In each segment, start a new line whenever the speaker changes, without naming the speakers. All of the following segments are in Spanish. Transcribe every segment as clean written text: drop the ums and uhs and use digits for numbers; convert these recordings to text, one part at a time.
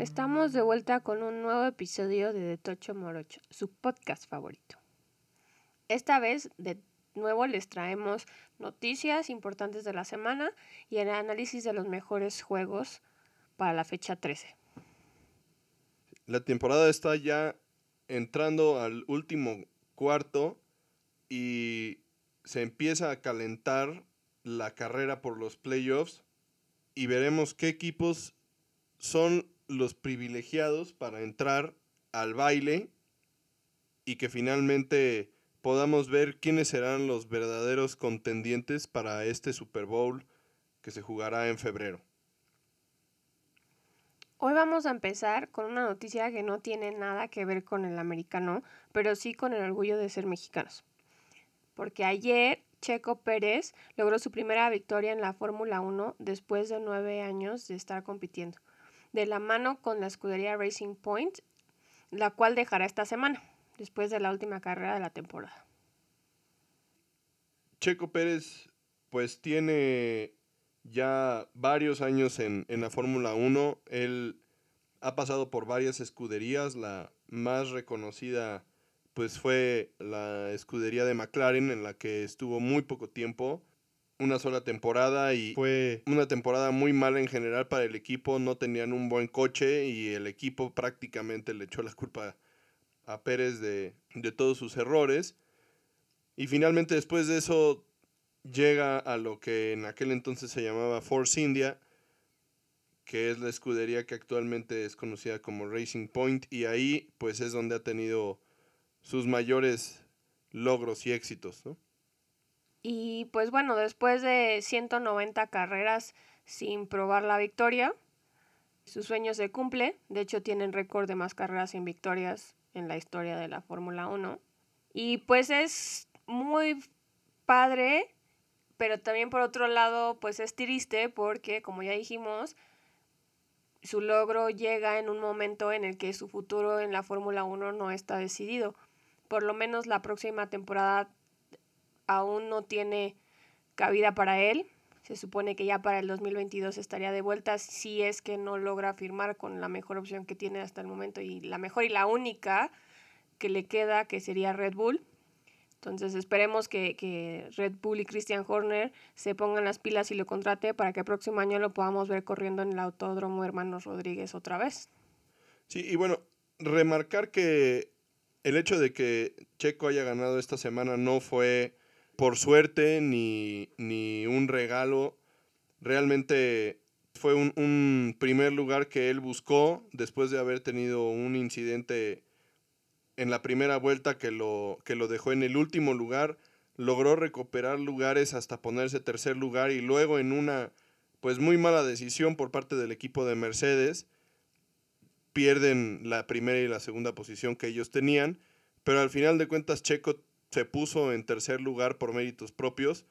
Estamos de vuelta con un nuevo episodio de Tocho Morocho, su podcast favorito. Esta vez, de nuevo, les traemos noticias importantes de la semana y el análisis de los mejores juegos para la fecha 13.
La temporada está ya entrando al último cuarto y se empieza a calentar la carrera por los playoffs y veremos qué equipos son los privilegiados para entrar al baile y que finalmente podamos ver quiénes serán los verdaderos contendientes para este Super Bowl que se jugará en febrero.
Hoy vamos a empezar con una noticia que no tiene nada que ver con el americano, pero sí con el orgullo de ser mexicanos. Porque ayer Checo Pérez logró su primera victoria en la Fórmula 1 después de 9 años de estar compitiendo, de la mano con la escudería Racing Point, la cual dejará esta semana, después de la última carrera de la temporada.
Checo Pérez pues tiene ya varios años en la Fórmula 1. Él ha pasado por varias escuderías. La más reconocida pues fue la escudería de McLaren, en la que estuvo muy poco tiempo, una sola temporada, y fue una temporada muy mala en general para el equipo. No tenían un buen coche y el equipo prácticamente le echó la culpa a Pérez de todos sus errores. Y finalmente después de eso llega a lo que en aquel entonces se llamaba Force India, que es la escudería que actualmente es conocida como Racing Point, y ahí pues es donde ha tenido sus mayores logros y éxitos, ¿no?
Y pues bueno, después de 190 carreras sin probar la victoria, su sueño se cumple. De hecho, tienen récord de más carreras sin victorias en la historia de la Fórmula 1. Y pues es muy padre, pero también por otro lado, pues es triste porque, como ya dijimos, su logro llega en un momento en el que su futuro en la Fórmula 1 no está decidido. Por lo menos la próxima temporada aún no tiene cabida para él. Se supone que ya para el 2022 estaría de vuelta si es que no logra firmar con la mejor opción que tiene hasta el momento y la mejor y la única que le queda, que sería Red Bull. Entonces esperemos que Red Bull y Christian Horner se pongan las pilas y lo contrate para que el próximo año lo podamos ver corriendo en el Autódromo Hermanos Rodríguez otra vez.
Sí, y bueno, remarcar que el hecho de que Checo haya ganado esta semana no fue por suerte ni un regalo. Realmente fue un primer lugar que él buscó después de haber tenido un incidente en la primera vuelta que lo dejó en el último lugar. Logró recuperar lugares hasta ponerse tercer lugar, y luego en una pues muy mala decisión por parte del equipo de Mercedes pierden la primera y la segunda posición que ellos tenían, pero al final de cuentas Checo se puso en tercer lugar por méritos propios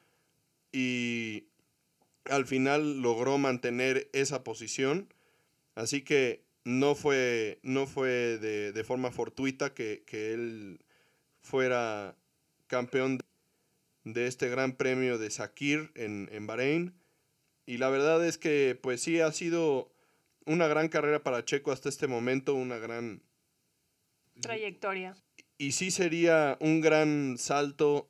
y al final logró mantener esa posición. Así que no fue de forma fortuita que él fuera campeón de este gran premio de Sakir en Bahrein. Y la verdad es que pues sí ha sido una gran carrera para Checo hasta este momento, una gran
trayectoria.
Y sí sería un gran salto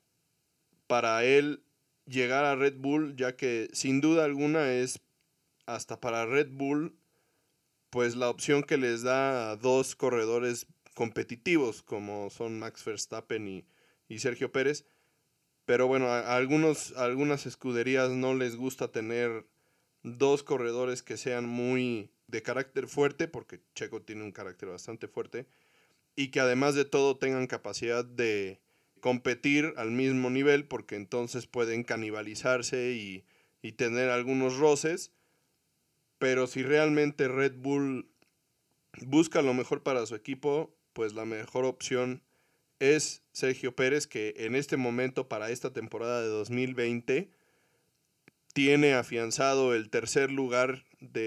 para él llegar a Red Bull, ya que sin duda alguna es hasta para Red Bull pues la opción que les da a dos corredores competitivos como son Max Verstappen y Sergio Pérez. Pero bueno, a algunas escuderías no les gusta tener dos corredores que sean muy de carácter fuerte, porque Checo tiene un carácter bastante fuerte, y que además de todo tengan capacidad de competir al mismo nivel, porque entonces pueden canibalizarse y tener algunos roces. Pero si realmente Red Bull busca lo mejor para su equipo, pues la mejor opción es Sergio Pérez, que en este momento para esta temporada de 2020 tiene afianzado el tercer lugar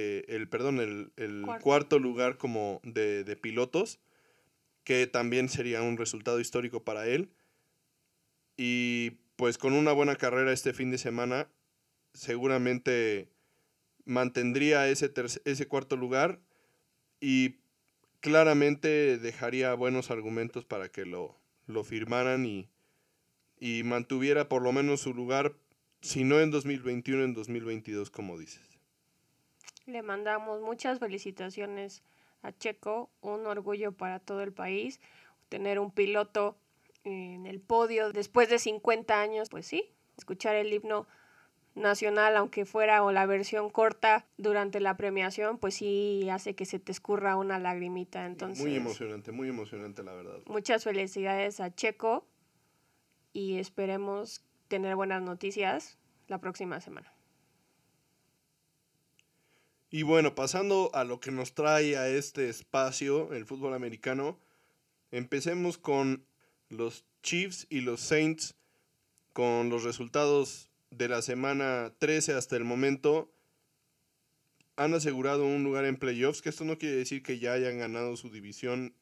el cuarto lugar como de pilotos, que también sería un resultado histórico para él. Y pues con una buena carrera este fin de semana, seguramente mantendría ese cuarto lugar y claramente dejaría buenos argumentos para que lo firmaran y mantuviera por lo menos su lugar, si no en 2021, en 2022, como dices.
Le mandamos muchas felicitaciones a Checo, un orgullo para todo el país, tener un piloto en el podio después de 50 años, pues sí, escuchar el himno nacional, aunque fuera o la versión corta durante la premiación, pues sí hace que se te escurra una lagrimita. Entonces,
muy emocionante la verdad.
Muchas felicidades a Checo y esperemos tener buenas noticias la próxima semana.
Y bueno, pasando a lo que nos trae a este espacio, el fútbol americano, empecemos con los Chiefs y los Saints, con los resultados de la semana 13 hasta el momento. Han asegurado un lugar en playoffs, que esto no quiere decir que ya hayan ganado su división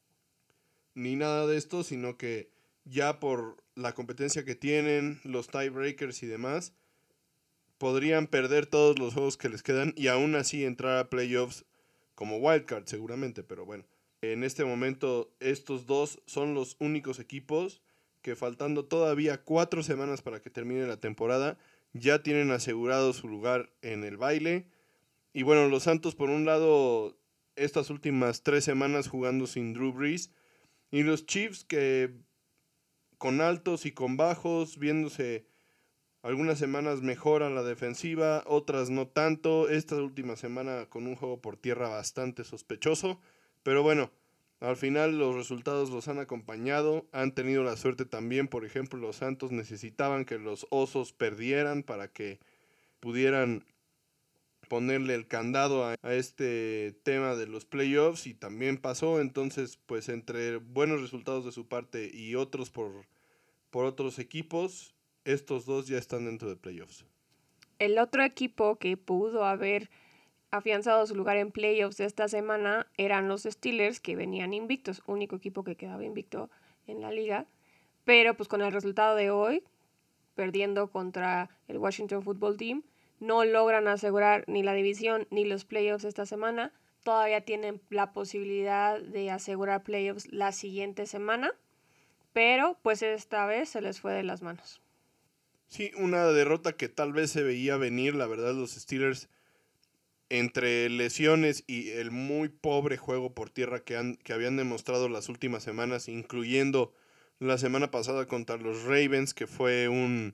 ni nada de esto, sino que ya por la competencia que tienen, los tiebreakers y demás, podrían perder todos los juegos que les quedan y aún así entrar a playoffs como wildcard seguramente, pero bueno. En este momento estos dos son los únicos equipos que faltando todavía 4 semanas para que termine la temporada ya tienen asegurado su lugar en el baile. Y bueno, los Santos por un lado estas últimas 3 semanas jugando sin Drew Brees y los Chiefs que con altos y con bajos viéndose algunas semanas mejor a la defensiva, otras no tanto. Esta última semana con un juego por tierra bastante sospechoso. Pero bueno, al final los resultados los han acompañado. Han tenido la suerte también, por ejemplo, los Santos necesitaban que los Osos perdieran para que pudieran ponerle el candado a este tema de los playoffs y también pasó. Entonces, pues entre buenos resultados de su parte y otros por otros equipos, estos dos ya están dentro de playoffs.
El otro equipo que pudo haber afianzado su lugar en playoffs de esta semana eran los Steelers, que venían invictos, único equipo que quedaba invicto en la liga, pero pues con el resultado de hoy, perdiendo contra el Washington Football Team, no logran asegurar ni la división ni los playoffs esta semana. Todavía tienen la posibilidad de asegurar playoffs la siguiente semana, pero pues esta vez se les fue de las manos.
Sí, una derrota que tal vez se veía venir, la verdad, los Steelers, entre lesiones y el muy pobre juego por tierra que habían demostrado las últimas semanas, incluyendo la semana pasada contra los Ravens, que fue un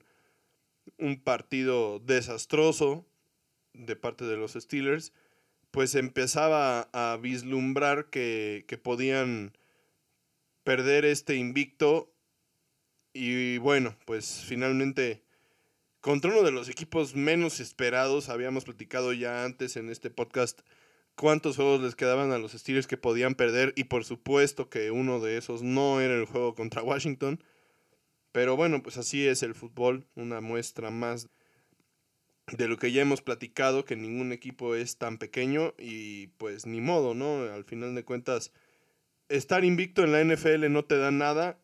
partido desastroso de parte de los Steelers, pues empezaba a vislumbrar que podían perder este invicto. Y bueno, pues finalmente contra uno de los equipos menos esperados, habíamos platicado ya antes en este podcast cuántos juegos les quedaban a los Steelers que podían perder y por supuesto que uno de esos no era el juego contra Washington. Pero bueno, pues así es el fútbol, una muestra más de lo que ya hemos platicado, que ningún equipo es tan pequeño y pues ni modo, ¿no? Al final de cuentas, estar invicto en la NFL no te da nada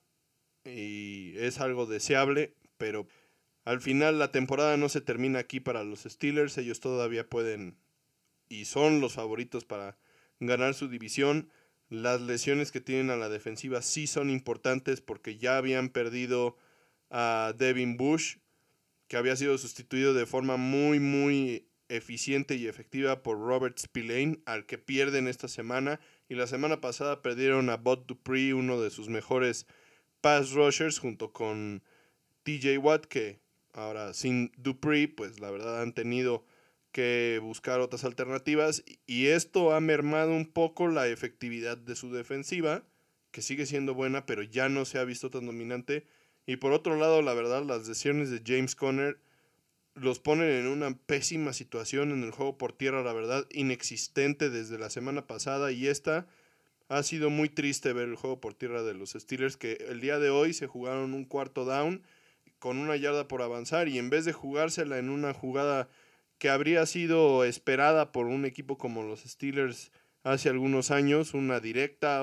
y es algo deseable, pero al final la temporada no se termina aquí para los Steelers, ellos todavía pueden y son los favoritos para ganar su división. Las lesiones que tienen a la defensiva sí son importantes porque ya habían perdido a Devin Bush, que había sido sustituido de forma muy eficiente y efectiva por Robert Spillane, al que pierden esta semana. Y la semana pasada perdieron a Bud Dupree, uno de sus mejores pass rushers, junto con TJ Watt, que ahora sin Dupree, pues la verdad han tenido que buscar otras alternativas. Y esto ha mermado un poco la efectividad de su defensiva, que sigue siendo buena, pero ya no se ha visto tan dominante. Y por otro lado, la verdad, las lesiones de James Conner los ponen en una pésima situación en el juego por tierra, la verdad, inexistente desde la semana pasada y esta ha sido muy triste ver el juego por tierra de los Steelers, que el día de hoy se jugaron un cuarto down con 1 yarda por avanzar y en vez de jugársela en una jugada que habría sido esperada por un equipo como los Steelers hace algunos años, una directa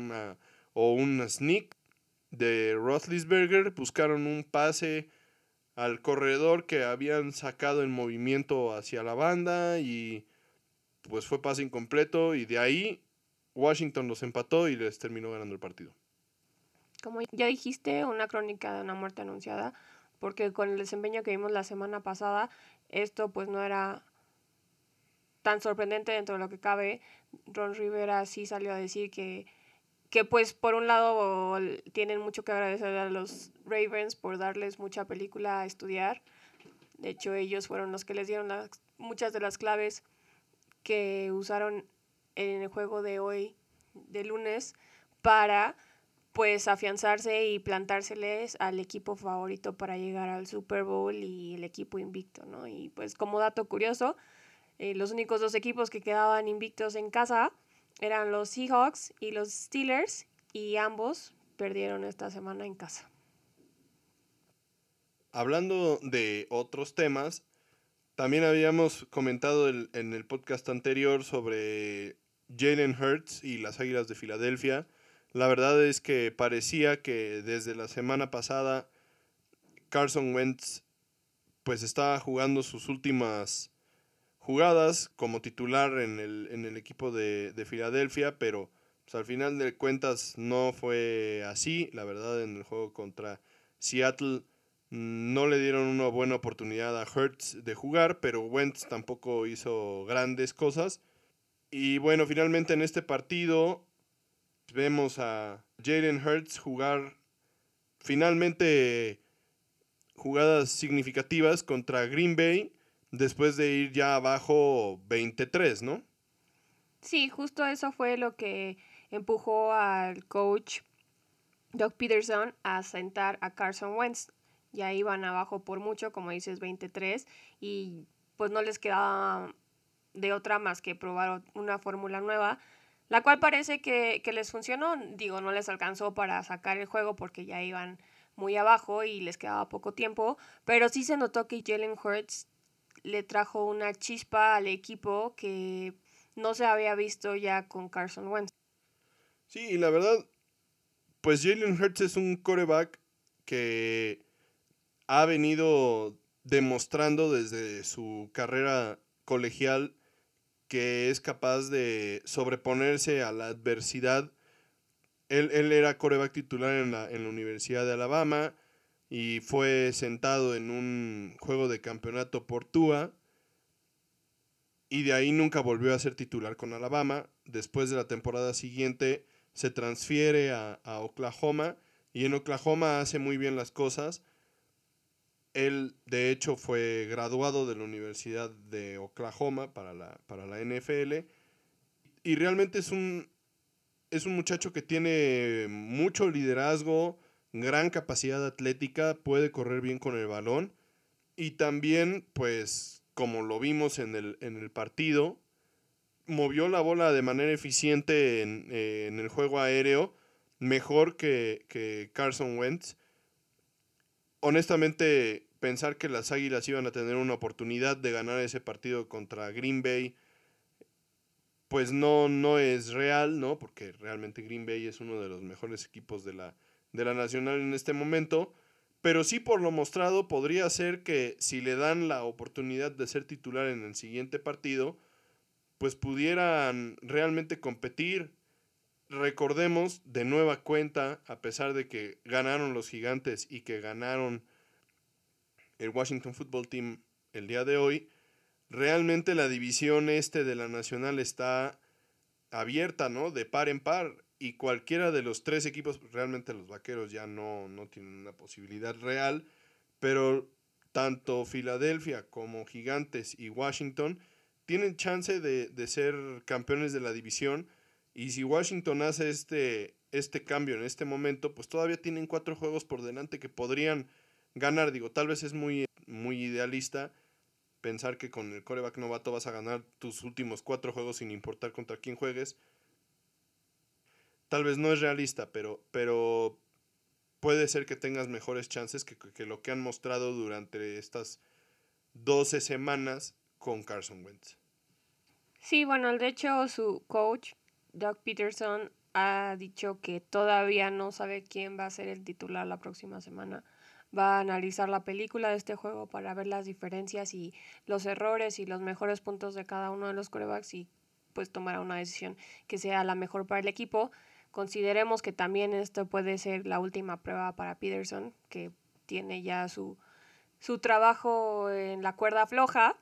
o una sneak de Roethlisberger, buscaron un pase al corredor que habían sacado en movimiento hacia la banda y pues fue pase incompleto y de ahí Washington los empató y les terminó ganando el partido.
Como ya dijiste, una crónica de una muerte anunciada, porque con el desempeño que vimos la semana pasada, esto pues no era tan sorprendente dentro de lo que cabe. Ron Rivera sí salió a decir que pues por un lado tienen mucho que agradecer a los Ravens por darles mucha película a estudiar. De hecho, ellos fueron los que les dieron muchas de las claves que usaron en el juego de hoy, de lunes, para pues afianzarse y plantárseles al equipo favorito para llegar al Super Bowl y el equipo invicto, ¿no? Y pues como dato curioso, los únicos dos equipos que quedaban invictos en casa eran los Seahawks y los Steelers, y ambos perdieron esta semana en casa.
Hablando de otros temas, también habíamos comentado en el podcast anterior sobre Jalen Hurts y las Águilas de Filadelfia. La verdad es que parecía que desde la semana pasada Carson Wentz pues estaba jugando sus últimas jugadas como titular en el equipo de Filadelfia, pero pues, al final de cuentas no fue así. La verdad, en el juego contra Seattle no le dieron una buena oportunidad a Hurts de jugar, pero Wentz tampoco hizo grandes cosas. Y bueno, finalmente en este partido vemos a Jalen Hurts jugar finalmente jugadas significativas contra Green Bay después de ir ya abajo 23, ¿no?
Sí, justo eso fue lo que empujó al coach Doug Peterson a sentar a Carson Wentz. Ya iban abajo por mucho, como dices, 23, y pues no les quedaba de otra más que probar una fórmula nueva, la cual parece que les funcionó. Digo, no les alcanzó para sacar el juego porque ya iban muy abajo y les quedaba poco tiempo, pero sí se notó que Jalen Hurts le trajo una chispa al equipo que no se había visto ya con Carson Wentz.
Sí, y la verdad, pues Jalen Hurts es un quarterback que ha venido demostrando desde su carrera colegial que es capaz de sobreponerse a la adversidad. Él era quarterback titular en la Universidad de Alabama y fue sentado en un juego de campeonato por Tua y de ahí nunca volvió a ser titular con Alabama. Después de la temporada siguiente se transfiere a Oklahoma y en Oklahoma hace muy bien las cosas. Él, de hecho, fue graduado de la Universidad de Oklahoma para la NFL y realmente es un muchacho que tiene mucho liderazgo, gran capacidad atlética, puede correr bien con el balón y también, pues, como lo vimos en el partido, movió la bola de manera eficiente en el juego aéreo, mejor que Carson Wentz. Honestamente, pensar que las Águilas iban a tener una oportunidad de ganar ese partido contra Green Bay, pues no es real, ¿no? Porque realmente Green Bay es uno de los mejores equipos de la Nacional en este momento. Pero sí por lo mostrado podría ser que si le dan la oportunidad de ser titular en el siguiente partido, pues pudieran realmente competir. Recordemos de nueva cuenta, a pesar de que ganaron los Gigantes y que ganaron el Washington Football Team el día de hoy, realmente la división este de la Nacional está abierta, ¿no? De par en par. Y cualquiera de los tres equipos, realmente los Vaqueros ya no tienen una posibilidad real, pero tanto Filadelfia como Gigantes y Washington tienen chance de ser campeones de la división. Y si Washington hace este cambio en este momento, pues todavía tienen 4 juegos por delante que podrían ganar. Digo, tal vez es muy idealista pensar que con el quarterback novato vas a ganar tus últimos 4 juegos sin importar contra quién juegues. Tal vez no es realista, pero puede ser que tengas mejores chances que lo que han mostrado durante estas 12 semanas con Carson Wentz.
Sí, bueno, de hecho su coach, Doug Peterson, ha dicho que todavía no sabe quién va a ser el titular la próxima semana. va a analizar la película de este juego para ver las diferencias y los errores y los mejores puntos de cada uno de los quarterbacks y pues tomará una decisión que sea la mejor para el equipo. Consideremos que también esto puede ser la última prueba para Peterson, que tiene ya su trabajo en la cuerda floja,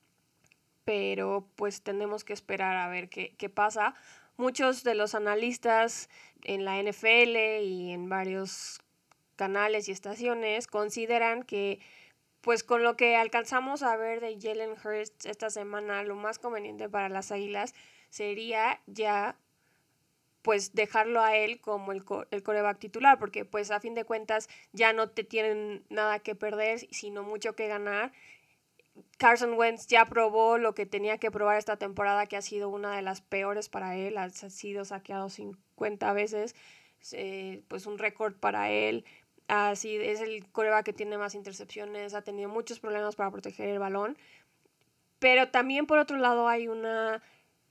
pero pues tenemos que esperar a ver qué pasa. Muchos de los analistas en la NFL y en varios canales y estaciones consideran que pues con lo que alcanzamos a ver de Jalen Hurts esta semana, lo más conveniente para las Águilas sería ya pues dejarlo a él como el quarterback titular, porque pues a fin de cuentas ya no te tienen nada que perder, sino mucho que ganar. Carson Wentz ya probó lo que tenía que probar esta temporada, que ha sido una de las peores para él, ha sido saqueado 50 veces, pues un récord para él. Así es el quarterback que tiene más intercepciones, ha tenido muchos problemas para proteger el balón. Pero también por otro lado hay una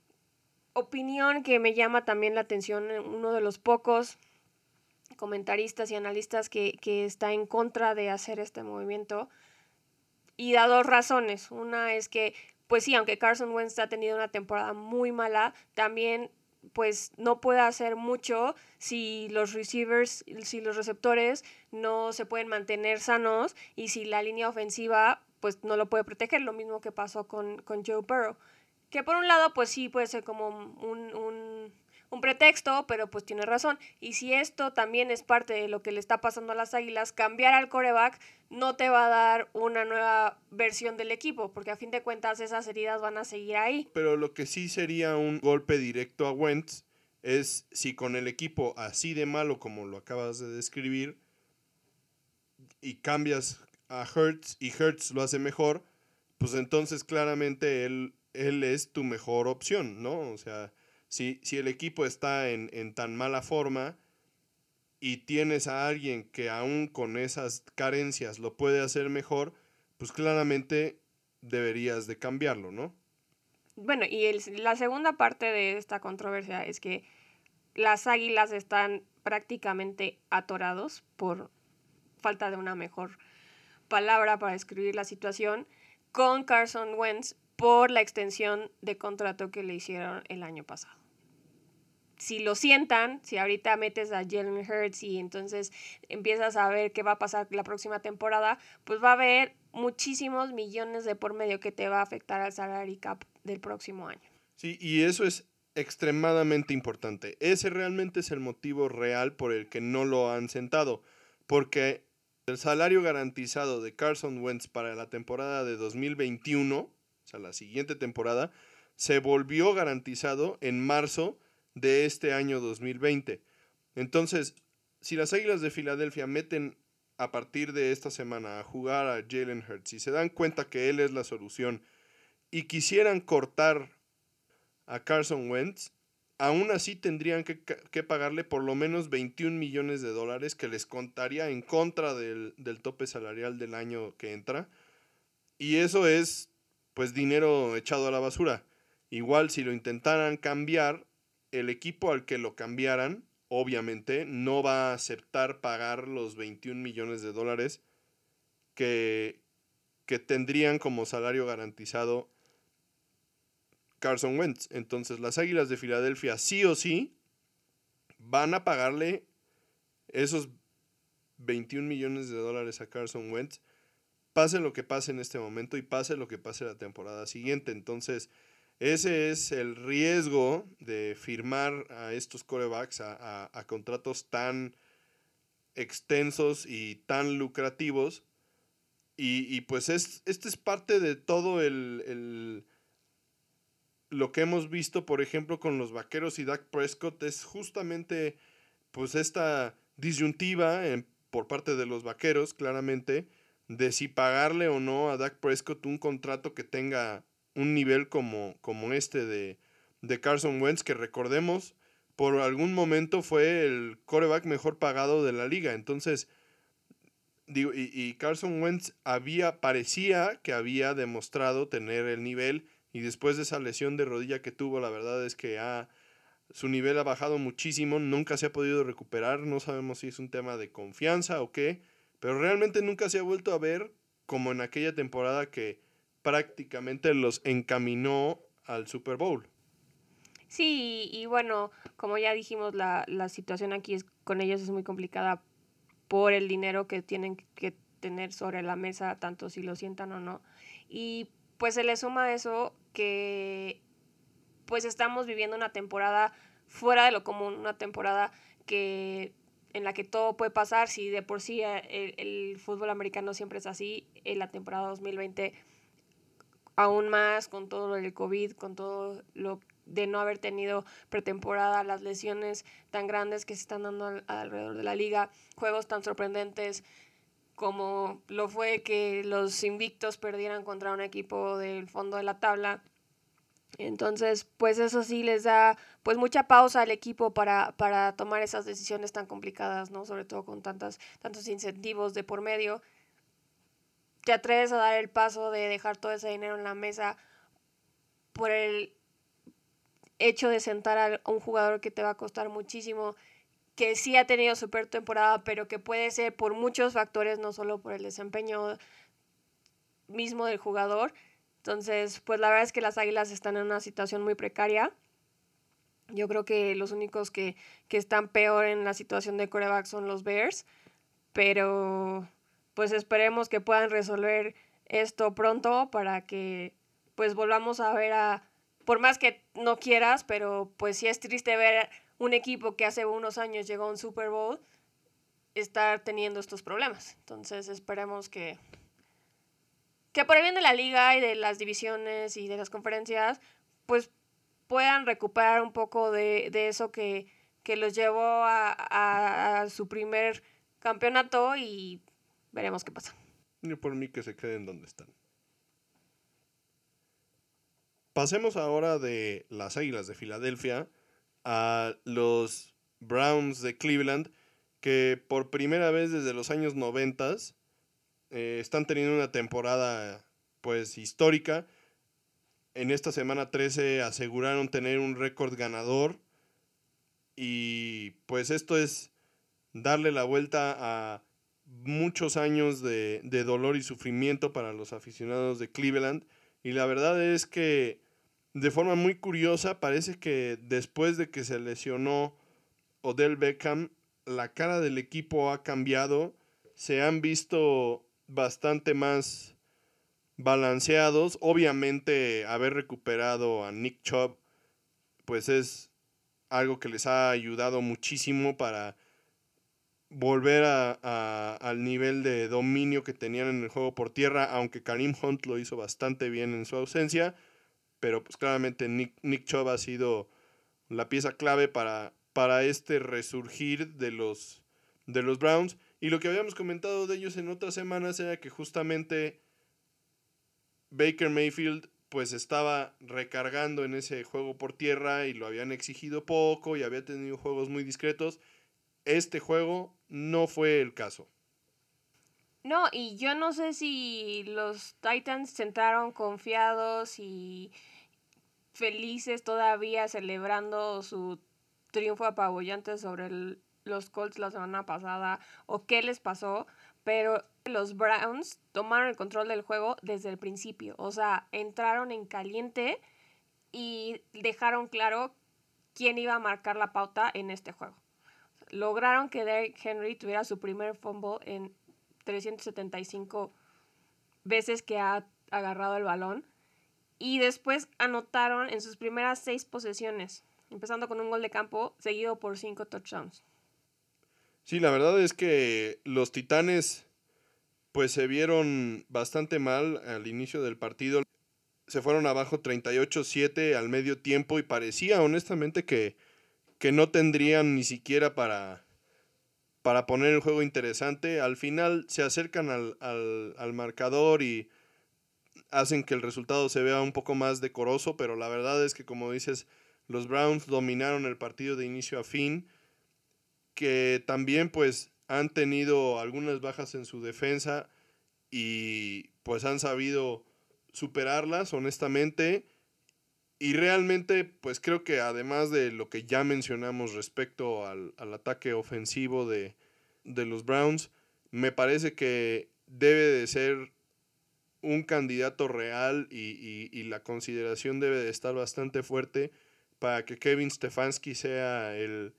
opinión que me llama también la atención, uno de los pocos comentaristas y analistas que está en contra de hacer este movimiento, y da dos razones. Una es que, pues sí, aunque Carson Wentz ha tenido una temporada muy mala, también pues no puede hacer mucho si los receivers, si los receptores no se pueden mantener sanos y si la línea ofensiva pues no lo puede proteger, lo mismo que pasó con Joe Burrow. Que por un lado pues sí puede ser como un pretexto, pero pues tiene razón. Y si esto también es parte de lo que le está pasando a las Águilas, cambiar al quarterback no te va a dar una nueva versión del equipo, porque a fin de cuentas esas heridas van a seguir ahí.
Pero lo que sí sería un golpe directo a Wentz es si con el equipo así de malo como lo acabas de describir y cambias a Hurts y Hurts lo hace mejor, pues entonces claramente él es tu mejor opción, ¿no? O sea, si el equipo está en tan mala forma y tienes a alguien que aún con esas carencias lo puede hacer mejor, pues claramente deberías de cambiarlo, ¿no?
Bueno, y la segunda parte de esta controversia es que las Águilas están prácticamente atorados, por falta de una mejor palabra para describir la situación, con Carson Wentz por la extensión de contrato que le hicieron el año pasado. Si lo sientan, si ahorita metes a Jalen Hurts y entonces empiezas a ver qué va a pasar la próxima temporada, pues va a haber muchísimos millones de por medio que te va a afectar al salary cap del próximo año.
Sí, y eso es extremadamente importante. Ese realmente es el motivo real por el que no lo han sentado, porque el salario garantizado de Carson Wentz para la temporada de 2021, o sea, la siguiente temporada, se volvió garantizado en marzo de este año 2020. Entonces, si las Águilas de Filadelfia meten a partir de esta semana a jugar a Jalen Hurts y se dan cuenta que él es la solución y quisieran cortar a Carson Wentz, aún así tendrían que pagarle por lo menos 21 millones de dólares que les contaría en contra del tope salarial del año que entra. Y eso es pues dinero echado a la basura. Igual si lo intentaran cambiar, el equipo al que lo cambiaran, obviamente, no va a aceptar pagar los 21 millones de dólares que, que tendrían como salario garantizado Carson Wentz. Entonces las Águilas de Filadelfia sí o sí van a pagarle esos 21 millones de dólares a Carson Wentz, pase lo que pase en este momento y pase lo que pase la temporada siguiente. Entonces ese es el riesgo de firmar a estos quarterbacks a contratos tan extensos y tan lucrativos. Y pues este es parte de todo lo que hemos visto, por ejemplo, con los Vaqueros y Dak Prescott, es justamente pues esta disyuntiva por parte de los Vaqueros, claramente, de si pagarle o no a Dak Prescott un contrato que tenga un nivel como este de Carson Wentz, que recordemos, por algún momento fue el quarterback mejor pagado de la liga. Entonces, digo, y Carson Wentz parecía que había demostrado tener el nivel, y después de esa lesión de rodilla que tuvo, la verdad es que su nivel ha bajado muchísimo, nunca se ha podido recuperar, no sabemos si es un tema de confianza o qué, pero realmente nunca se ha vuelto a ver como en aquella temporada que prácticamente los encaminó al Super Bowl.
Sí, y bueno, como ya dijimos, la situación aquí con ellos es muy complicada por el dinero que tienen que tener sobre la mesa, tanto si lo sientan o no. Y pues se le suma eso que pues estamos viviendo una temporada fuera de lo común, una temporada que en la que todo puede pasar. Si de por sí el fútbol americano siempre es así, en la temporada 2020 aún más, con todo lo del COVID, con todo lo de no haber tenido pretemporada, las lesiones tan grandes que se están dando alrededor de la liga, juegos tan sorprendentes como lo fue que los invictos perdieran contra un equipo del fondo de la tabla. Entonces, pues eso sí les da pues mucha pausa al equipo para tomar esas decisiones tan complicadas, ¿no? Sobre todo con tantos incentivos de por medio. Te atreves a dar el paso de dejar todo ese dinero en la mesa por el hecho de sentar a un jugador que te va a costar muchísimo, que sí ha tenido super temporada, pero que puede ser por muchos factores, no solo por el desempeño mismo del jugador. Entonces, pues la verdad es que las Águilas están en una situación muy precaria. Yo creo que los únicos que están peor en la situación de quarterback son los Bears, pero pues esperemos que puedan resolver esto pronto para que pues volvamos a ver por más que no quieras, pero pues sí es triste ver un equipo que hace unos años llegó a un Super Bowl estar teniendo estos problemas. Entonces esperemos que por el bien de la liga y de las divisiones y de las conferencias, pues puedan recuperar un poco de eso que los llevó a su primer campeonato y veremos qué pasa.
Y por mí que se queden donde están. Pasemos ahora de las Águilas de Filadelfia a los Browns de Cleveland, que por primera vez desde los años 90 están teniendo una temporada pues histórica. En esta semana 13 aseguraron tener un récord ganador y pues esto es darle la vuelta a muchos años de dolor y sufrimiento para los aficionados de Cleveland. Y la verdad es que de forma muy curiosa parece que después de que se lesionó Odell Beckham, la cara del equipo ha cambiado. Se han visto bastante más balanceados. Obviamente haber recuperado a Nick Chubb pues es algo que les ha ayudado muchísimo para volver al nivel de dominio que tenían en el juego por tierra, aunque Kareem Hunt lo hizo bastante bien en su ausencia, pero pues claramente Nick Chubb ha sido la pieza clave para este resurgir de los Browns. Y lo que habíamos comentado de ellos en otras semanas era que justamente Baker Mayfield pues estaba recargando en ese juego por tierra y lo habían exigido poco y había tenido juegos muy discretos. Este juego no fue el caso.
No, y yo no sé si los Titans se entraron confiados y felices todavía celebrando su triunfo apabullante sobre los Colts la semana pasada o qué les pasó, pero los Browns tomaron el control del juego desde el principio, o sea, entraron en caliente y dejaron claro quién iba a marcar la pauta en este juego. Lograron que Derrick Henry tuviera su primer fumble en 375 veces que ha agarrado el balón y después anotaron en sus primeras 6 posesiones, empezando con un gol de campo seguido por 5 touchdowns.
Sí, la verdad es que los Titanes pues se vieron bastante mal al inicio del partido. Se fueron abajo 38-7 al medio tiempo y parecía honestamente que no tendrían ni siquiera para poner el juego interesante. Al final se acercan al marcador y hacen que el resultado se vea un poco más decoroso, pero la verdad es que como dices, los Browns dominaron el partido de inicio a fin, que también pues han tenido algunas bajas en su defensa y pues han sabido superarlas honestamente. Y realmente, pues creo que además de lo que ya mencionamos respecto al ataque ofensivo de los Browns, me parece que debe de ser un candidato real y la consideración debe de estar bastante fuerte para que Kevin Stefanski sea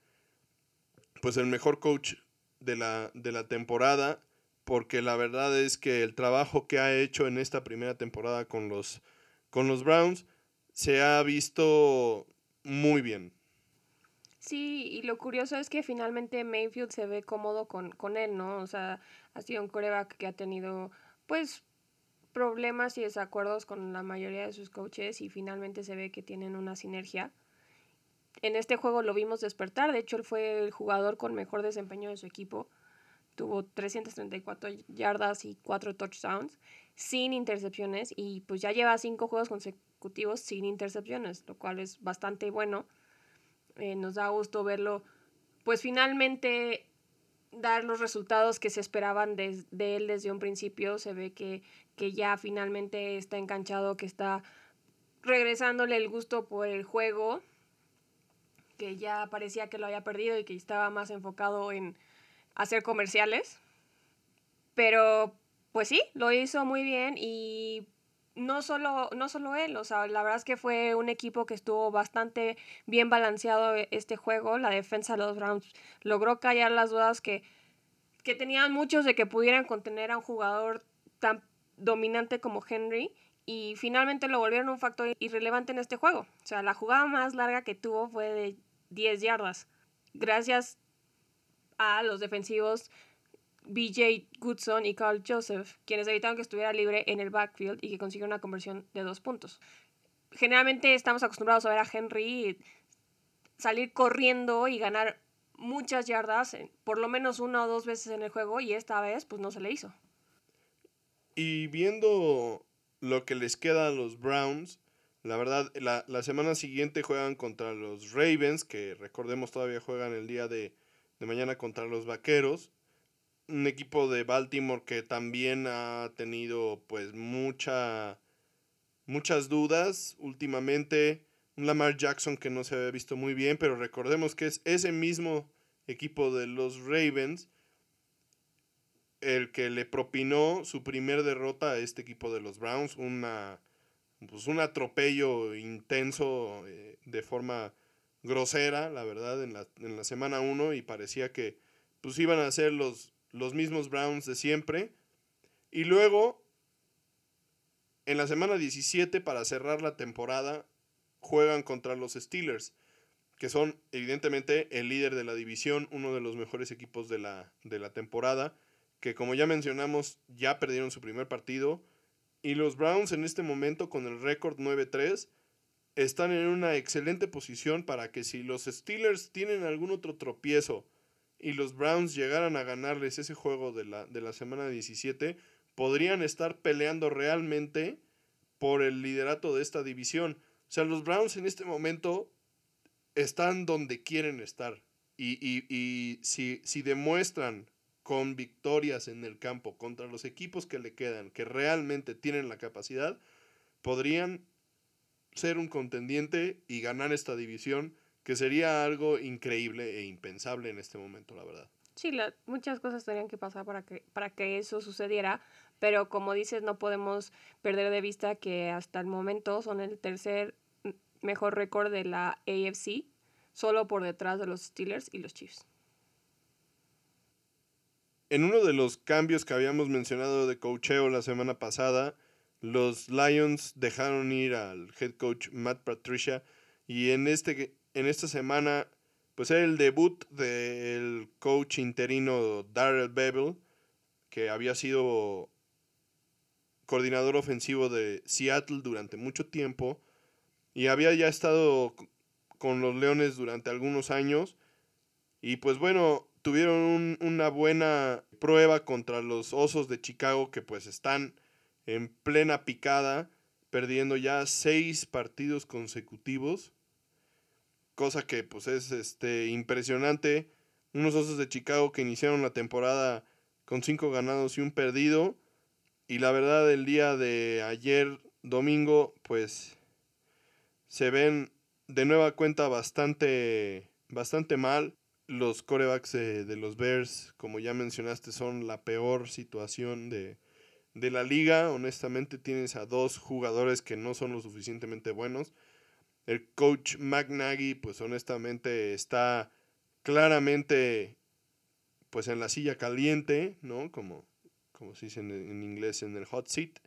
pues el mejor coach de la temporada, porque la verdad es que el trabajo que ha hecho en esta primera temporada con los Browns se ha visto muy bien.
Sí, y lo curioso es que finalmente Mayfield se ve cómodo con él, ¿no? O sea, ha sido un quarterback que ha tenido, pues, problemas y desacuerdos con la mayoría de sus coaches y finalmente se ve que tienen una sinergia. En este juego lo vimos despertar, de hecho él fue el jugador con mejor desempeño de su equipo. Tuvo 334 yardas y 4 touchdowns sin intercepciones y pues ya lleva 5 juegos consecutivos sin intercepciones, lo cual es bastante bueno. Nos da gusto verlo pues finalmente dar los resultados que se esperaban de él desde un principio. Se ve que ya finalmente está enganchado, que está regresándole el gusto por el juego, que ya parecía que lo había perdido y que estaba más enfocado en hacer comerciales. Pero pues sí, lo hizo muy bien y no solo él, o sea, la verdad es que fue un equipo que estuvo bastante bien balanceado este juego. La defensa de los Browns logró callar las dudas que tenían muchos de que pudieran contener a un jugador tan dominante como Henry y finalmente lo volvieron un factor irrelevante en este juego. O sea, la jugada más larga que tuvo fue de 10 yardas. Gracias a los defensivos BJ Goodson y Carl Joseph, quienes evitaron que estuviera libre en el backfield y que consiguió una conversión de 2 puntos. Generalmente estamos acostumbrados a ver a Henry salir corriendo y ganar muchas yardas, por lo menos una o dos veces en el juego, y esta vez pues no se le hizo.
Y viendo lo que les queda a los Browns, la verdad, la semana siguiente juegan contra los Ravens, que recordemos todavía juegan el día de mañana contra los Vaqueros. Un equipo de Baltimore que también ha tenido pues muchas dudas últimamente. Un Lamar Jackson que no se había visto muy bien, pero recordemos que es ese mismo equipo de los Ravens el que le propinó su primer derrota a este equipo de los Browns. Pues un atropello intenso de forma grosera, la verdad, en la semana 1 y parecía que pues iban a ser los mismos Browns de siempre. Y luego, en la semana 17, para cerrar la temporada, juegan contra los Steelers, que son evidentemente el líder de la división, uno de los mejores equipos de la temporada, que como ya mencionamos, ya perdieron su primer partido. Y los Browns en este momento, con el récord 9-3, están en una excelente posición para que si los Steelers tienen algún otro tropiezo y los Browns llegaran a ganarles ese juego de la semana 17, podrían estar peleando realmente por el liderato de esta división. O sea, los Browns en este momento están donde quieren estar. Y si demuestran con victorias en el campo contra los equipos que le quedan, que realmente tienen la capacidad, podrían ser un contendiente y ganar esta división, que sería algo increíble e impensable en este momento, la verdad.
Sí, muchas cosas tenían que pasar para que eso sucediera, pero como dices, no podemos perder de vista que hasta el momento son el tercer mejor récord de la AFC, solo por detrás de los Steelers y los Chiefs.
En uno de los cambios que habíamos mencionado de coacheo la semana pasada, los Lions dejaron ir al head coach Matt Patricia y en esta semana pues era el debut del coach interino Darrell Bevell, que había sido coordinador ofensivo de Seattle durante mucho tiempo y había ya estado con los Leones durante algunos años. Y pues bueno, tuvieron una buena prueba contra los Osos de Chicago, que pues están en plena picada, perdiendo ya 6 partidos consecutivos, cosa que pues es impresionante. Unos Osos de Chicago que iniciaron la temporada con 5 ganados y un perdido, y la verdad el día de ayer domingo pues se ven de nueva cuenta bastante mal. los quarterbacks de los Bears, como ya mencionaste, son la peor situación de la liga. Honestamente, tienes a dos jugadores que no son lo suficientemente buenos. El coach Matt Nagy, pues honestamente está claramente pues en la silla caliente, ¿no? Como se dice en inglés, en el hot seat.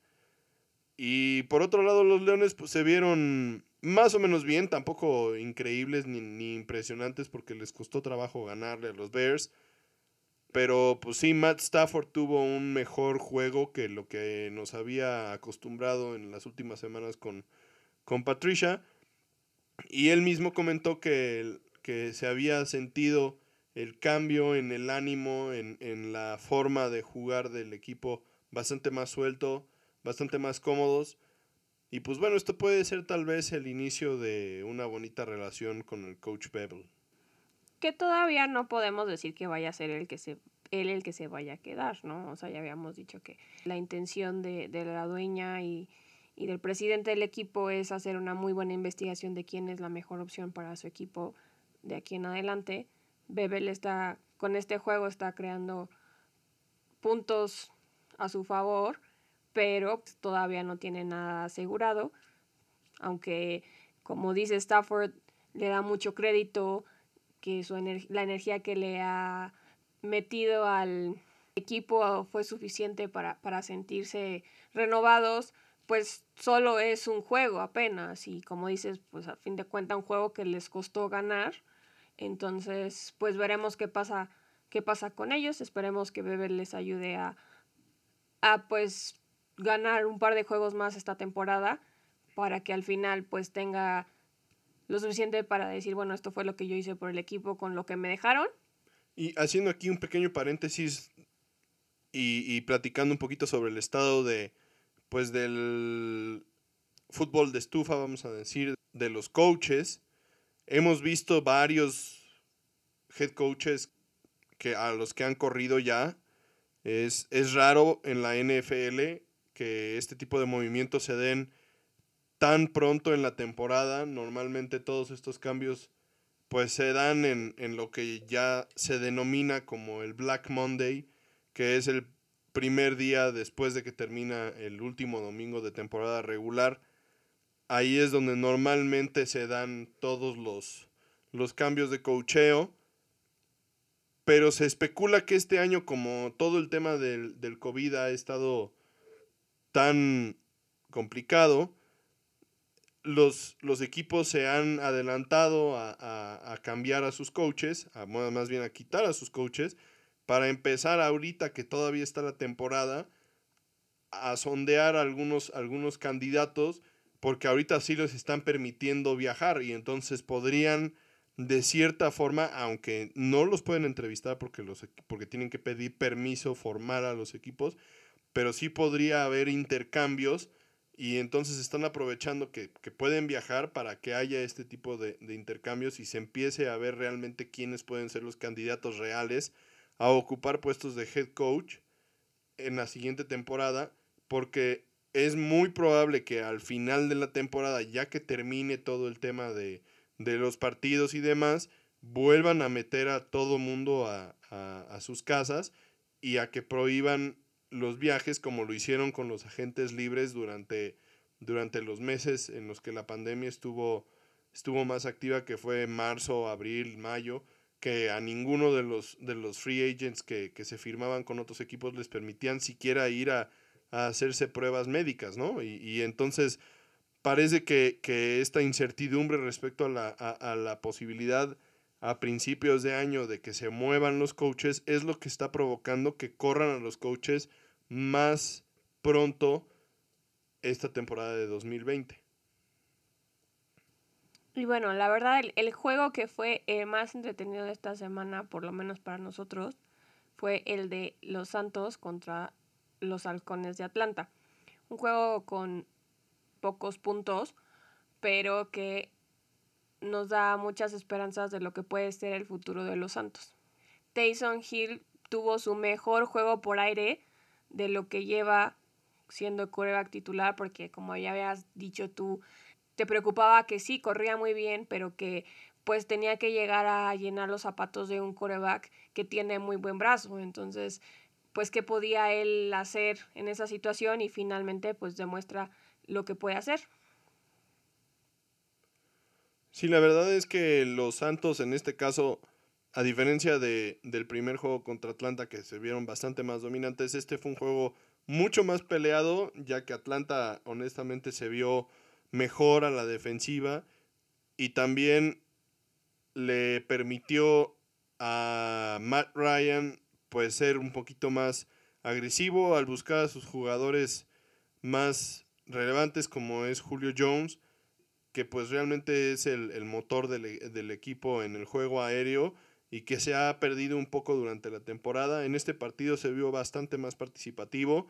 Y por otro lado, los Leones pues se vieron más o menos bien, tampoco increíbles ni impresionantes porque les costó trabajo ganarle a los Bears. Pero pues sí, Matt Stafford tuvo un mejor juego que lo que nos había acostumbrado en las últimas semanas con Patricia. Y él mismo comentó que se había sentido el cambio en el ánimo, en la forma de jugar del equipo bastante más suelto, bastante más cómodos. Y pues bueno, esto puede ser tal vez el inicio de una bonita relación con el coach Bevel.
Que todavía no podemos decir que vaya a ser él el que se vaya a quedar, ¿no? O sea, ya habíamos dicho que la intención de la dueña y del presidente del equipo es hacer una muy buena investigación de quién es la mejor opción para su equipo de aquí en adelante. Bebel está, con este juego, está creando puntos a su favor, pero todavía no tiene nada asegurado, aunque, como dice Stafford, le da mucho crédito que la energía que le ha metido al equipo fue suficiente para sentirse renovados, pues solo es un juego apenas y como dices, pues a fin de cuentas un juego que les costó ganar. Entonces, pues veremos qué pasa con ellos. Esperemos que Bebe les ayude a pues ganar un par de juegos más esta temporada para que al final pues tenga lo suficiente para decir, bueno, esto fue lo que yo hice por el equipo con lo que me dejaron.
Y haciendo aquí un pequeño paréntesis y platicando un poquito sobre el estado pues del fútbol de estufa, vamos a decir, de los coaches. Hemos visto varios head coaches a los que han corrido ya. Es raro en la NFL que este tipo de movimientos se den tan pronto en la temporada. Normalmente todos estos cambios pues se dan en lo que ya se denomina como el Black Monday, que es el primer día después de que termina el último domingo de temporada regular. Ahí es donde normalmente se dan todos los cambios de coacheo, pero se especula que este año, como todo el tema del COVID ha estado tan complicado, los equipos se han adelantado a cambiar a sus coaches, más bien a quitar a sus coaches, para empezar ahorita que todavía está la temporada, a sondear algunos candidatos, porque ahorita sí les están permitiendo viajar y entonces podrían, de cierta forma, aunque no los pueden entrevistar porque tienen que pedir permiso formal a los equipos, pero sí podría haber intercambios y entonces están aprovechando que pueden viajar para que haya este tipo de intercambios y se empiece a ver realmente quiénes pueden ser los candidatos reales a ocupar puestos de head coach en la siguiente temporada, porque es muy probable que al final de la temporada, ya que termine todo el tema de los partidos y demás, vuelvan a meter a todo mundo a sus casas y a que prohíban los viajes como lo hicieron con los agentes libres durante los meses en los que la pandemia estuvo más activa, que fue marzo, abril, mayo, que a ninguno de los free agents que se firmaban con otros equipos les permitían siquiera ir a hacerse pruebas médicas, ¿no? Y entonces parece que esta incertidumbre respecto a la posibilidad a principios de año de que se muevan los coaches es lo que está provocando que corran a los coaches más pronto esta temporada de 2020.
Y bueno, la verdad, el juego que fue el más entretenido de esta semana, por lo menos para nosotros, fue el de los Santos contra los Halcones de Atlanta. Un juego con pocos puntos, pero que nos da muchas esperanzas de lo que puede ser el futuro de los Santos. Taysom Hill tuvo su mejor juego por aire de lo que lleva siendo quarterback titular, porque como ya habías dicho tú, te preocupaba que sí, corría muy bien, pero que pues tenía que llegar a llenar los zapatos de un quarterback que tiene muy buen brazo. Entonces, pues qué podía él hacer en esa situación y finalmente pues demuestra lo que puede hacer.
Sí, la verdad es que los Santos en este caso, a diferencia del primer juego contra Atlanta, que se vieron bastante más dominantes, este fue un juego mucho más peleado, ya que Atlanta honestamente se vio mejor a la defensiva y también le permitió a Matt Ryan pues ser un poquito más agresivo al buscar a sus jugadores más relevantes como es Julio Jones, que pues realmente es el motor del equipo en el juego aéreo y que se ha perdido un poco durante la temporada. En este partido se vio bastante más participativo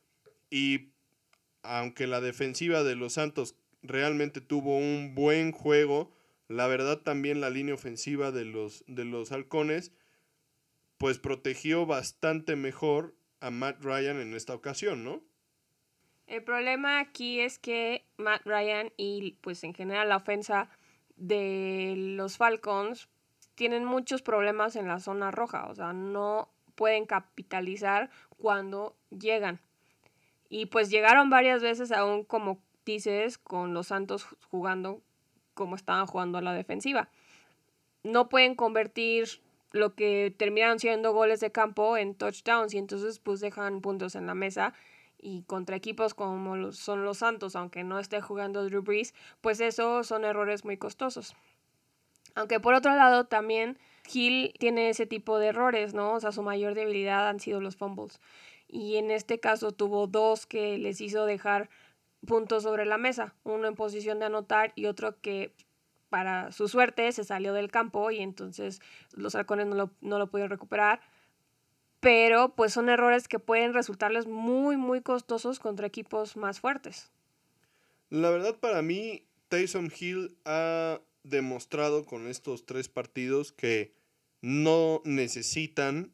y aunque la defensiva de los Santos realmente tuvo un buen juego, la verdad también la línea ofensiva de los Halcones pues protegió bastante mejor a Matt Ryan en esta ocasión, ¿no?
El problema aquí es que Matt Ryan y pues en general la ofensa de los Falcons tienen muchos problemas en la zona roja, o sea, no pueden capitalizar cuando llegan. Y pues llegaron varias veces aún como dices con los Santos jugando como estaban jugando a la defensiva. No pueden convertir lo que terminaron siendo goles de campo en touchdowns y entonces pues dejan puntos en la mesa y contra equipos como son los Santos, aunque no esté jugando Drew Brees, pues eso son errores muy costosos. Aunque por otro lado también Hill tiene ese tipo de errores, ¿no? O sea, su mayor debilidad han sido los fumbles. Y en este caso tuvo dos que les hizo dejar puntos sobre la mesa, uno en posición de anotar y otro que para su suerte se salió del campo y entonces los halcones no lo pudieron recuperar. Pero pues son errores que pueden resultarles muy, muy costosos contra equipos más fuertes.
La verdad para mí, Taysom Hill ha demostrado con estos 3 partidos que no necesitan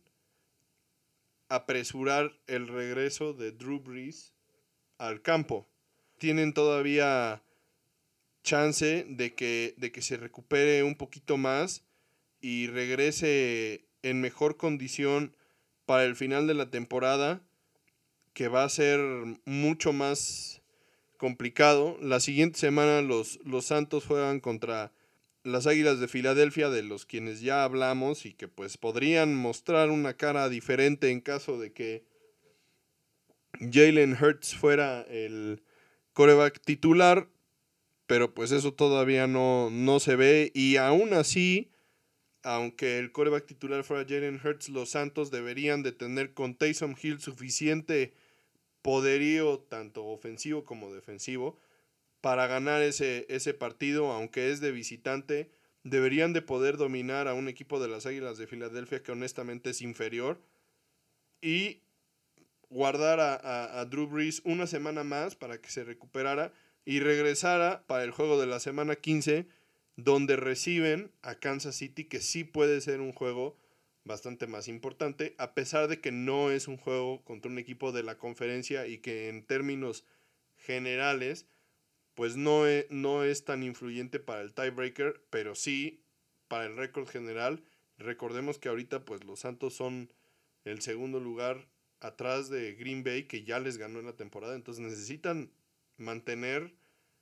apresurar el regreso de Drew Brees al campo. Tienen todavía chance de que se recupere un poquito más y regrese en mejor condición para el final de la temporada, que va a ser mucho más complicado. La siguiente semana los Santos juegan contra las Águilas de Filadelfia, de los quienes ya hablamos y que pues podrían mostrar una cara diferente en caso de que Jalen Hurts fuera el quarterback titular, pero pues eso todavía no se ve y aún así, aunque el quarterback titular fuera Jalen Hurts, los Santos deberían de tener con Taysom Hill suficiente poderío tanto ofensivo como defensivo para ganar ese partido, aunque es de visitante. Deberían de poder dominar a un equipo de las Águilas de Filadelfia que honestamente es inferior y guardar a Drew Brees una semana más para que se recuperara y regresara para el juego de la semana 15 donde reciben a Kansas City, que sí puede ser un juego bastante más importante, a pesar de que no es un juego contra un equipo de la conferencia y que en términos generales pues no es tan influyente para el tiebreaker, pero sí para el récord general. Recordemos que ahorita pues los Santos son el segundo lugar atrás de Green Bay, que ya les ganó en la temporada, entonces necesitan mantener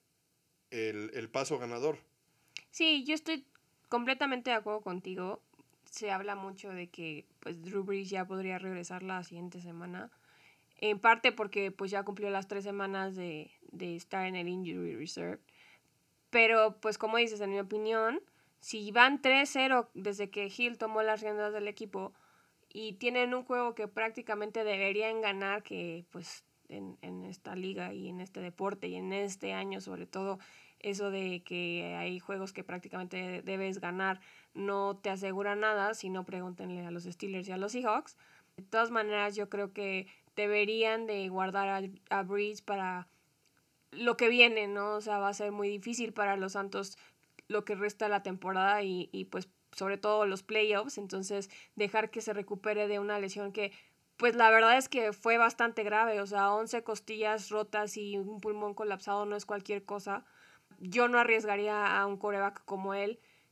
el paso ganador.
Sí, yo estoy completamente de acuerdo contigo. Se habla mucho de que pues Drew Brees ya podría regresar la siguiente semana. En parte porque pues ya cumplió las 3 semanas de estar en el Injury Reserve. Pero pues como dices, en mi opinión, si van 3-0 desde que Hill tomó las riendas del equipo y tienen un juego que prácticamente deberían ganar, que pues en esta liga y en este deporte y en este año sobre todo, eso de que hay juegos que prácticamente debes ganar no te asegura nada, si no pregúntenle a los Steelers y a los Seahawks. De todas maneras, yo creo que deberían de guardar a Breeze para lo que viene, ¿no? O sea, va a ser muy difícil para los Santos lo que resta de la temporada y pues sobre todo los playoffs, entonces dejar que se recupere de una lesión que pues la verdad es que fue bastante grave, o sea, 11 costillas rotas y un pulmón colapsado no es cualquier cosa. Yo no arriesgaría a un quarterback como él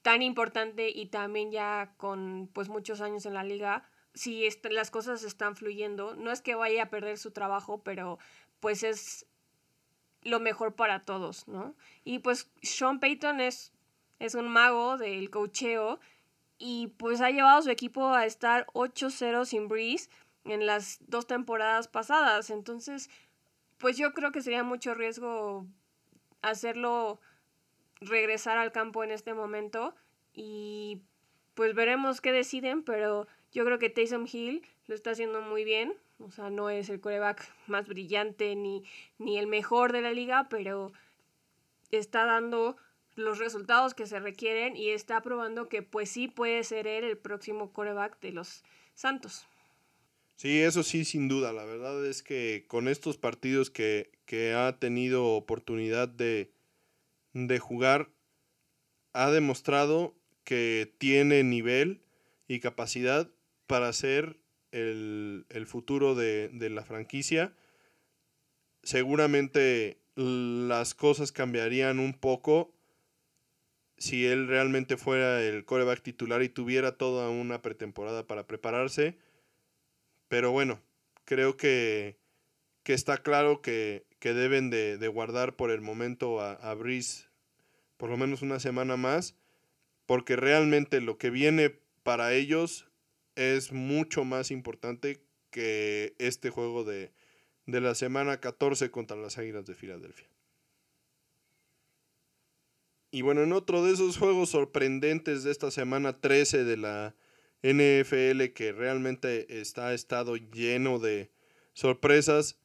tan importante y también ya con pues muchos años en la liga, si las cosas están fluyendo, no es que vaya a perder su trabajo, pero pues es lo mejor para todos, ¿no? Y pues Sean Payton es un mago del coacheo y pues ha llevado a su equipo a estar 8-0 sin Breeze en las 2 temporadas pasadas. Entonces, pues yo creo que sería mucho riesgo hacerlo regresar al campo en este momento y pues veremos qué deciden, pero yo creo que Taysom Hill lo está haciendo muy bien. O sea, no es el quarterback más brillante ni el mejor de la liga, pero está dando los resultados que se requieren y está probando que pues sí puede ser él el próximo quarterback de los Santos.
Sí, eso sí, sin duda. La verdad es que con estos partidos que ha tenido oportunidad de jugar, ha demostrado que tiene nivel y capacidad para ser el futuro de la franquicia. Seguramente las cosas cambiarían un poco si él realmente fuera el quarterback titular y tuviera toda una pretemporada para prepararse. Pero bueno, creo que está claro que deben de guardar por el momento a Breeze por lo menos una semana más, porque realmente lo que viene para ellos es mucho más importante que este juego de la semana 14 contra las Águilas de Filadelfia. Y bueno, en otro de esos juegos sorprendentes de esta semana 13 de la NFL, que realmente ha estado lleno de sorpresas,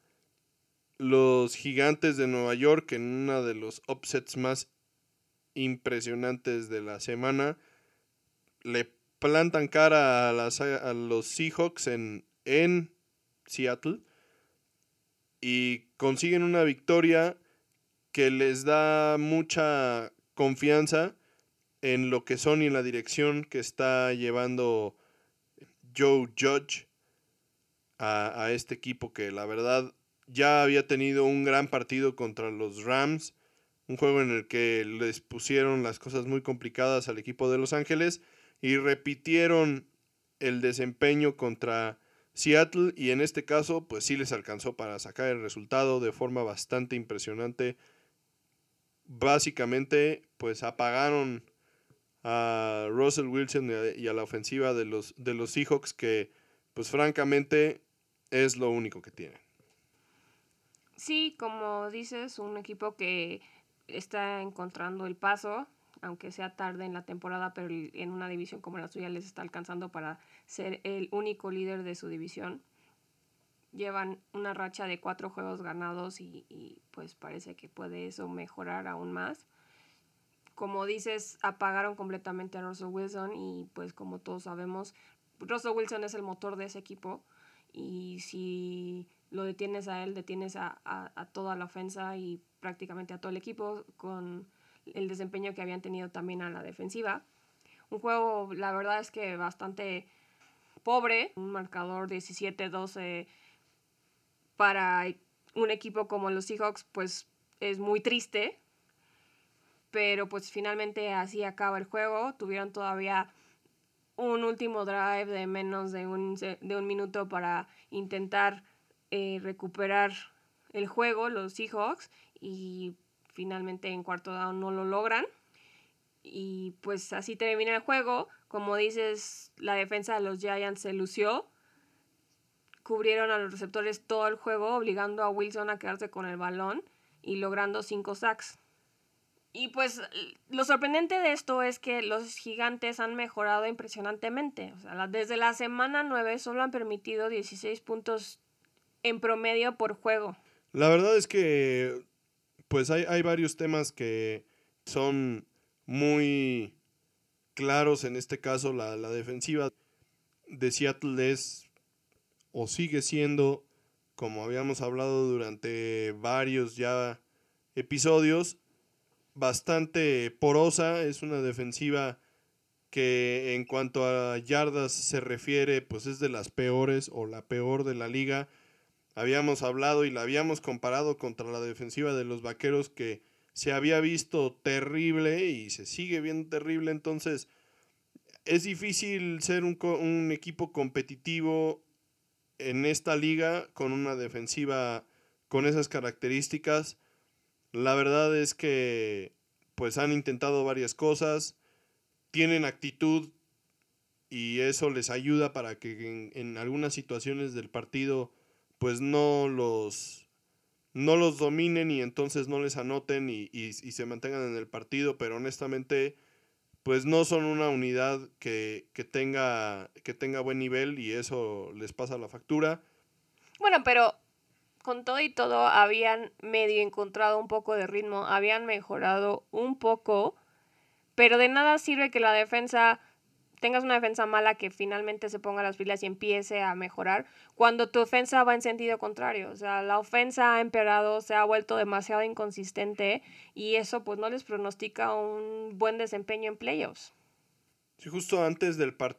los Gigantes de Nueva York, en uno de los upsets más impresionantes de la semana, le plantan cara a los Seahawks en Seattle y consiguen una victoria que les da mucha confianza en lo que son y en la dirección que está llevando Joe Judge a este equipo, que la verdad ya había tenido un gran partido contra los Rams, un juego en el que les pusieron las cosas muy complicadas al equipo de Los Ángeles y repitieron el desempeño contra Seattle, y en este caso pues sí les alcanzó para sacar el resultado de forma bastante impresionante. Básicamente pues apagaron a Russell Wilson y a la ofensiva de los Seahawks, que pues francamente es lo único que tienen.
Sí, como dices, un equipo que está encontrando el paso, aunque sea tarde en la temporada, pero en una división como la suya les está alcanzando para ser el único líder de su división. Llevan una racha de 4 juegos ganados y pues parece que puede eso mejorar aún más. Como dices, apagaron completamente a Russell Wilson y pues como todos sabemos, Russell Wilson es el motor de ese equipo y si lo detienes a él, detienes a toda la ofensa y prácticamente a todo el equipo con el desempeño que habían tenido también a la defensiva. Un juego, la verdad es que bastante pobre, un marcador 17-12 para un equipo como los Seahawks, pues es muy triste, pero pues finalmente así acaba el juego. Tuvieron todavía un último drive de menos de un minuto para intentar recuperar el juego, los Seahawks, y finalmente en cuarto down no lo logran. Y pues así termina el juego. Como dices, la defensa de los Giants se lució. Cubrieron a los receptores todo el juego, obligando a Wilson a quedarse con el balón y logrando 5 sacks. Y pues lo sorprendente de esto es que los Gigantes han mejorado impresionantemente. O sea, desde la semana 9 solo han permitido 16 puntos en promedio por juego.
La verdad es que pues hay varios temas que son muy claros. En este caso la defensiva de Seattle es o sigue siendo, como habíamos hablado durante varios ya episodios, bastante porosa. Es una defensiva que en cuanto a yardas se refiere, pues es de las peores o la peor de la liga. Habíamos hablado y la habíamos comparado contra la defensiva de los Vaqueros, que se había visto terrible y se sigue viendo terrible. Entonces es difícil ser un equipo competitivo en esta liga con una defensiva con esas características. La verdad es que pues han intentado varias cosas, tienen actitud y eso les ayuda para que en algunas situaciones del partido pues no los dominen y entonces no les anoten y se mantengan en el partido, pero honestamente pues no son una unidad que tenga buen nivel y eso les pasa la factura.
Bueno, pero con todo y todo habían medio encontrado un poco de ritmo, habían mejorado un poco, pero de nada sirve que la defensa tengas una defensa mala que finalmente se ponga las pilas y empiece a mejorar cuando tu ofensa va en sentido contrario. O sea, la ofensa ha empeorado, se ha vuelto demasiado inconsistente y eso pues no les pronostica un buen desempeño en playoffs.
Sí, justo antes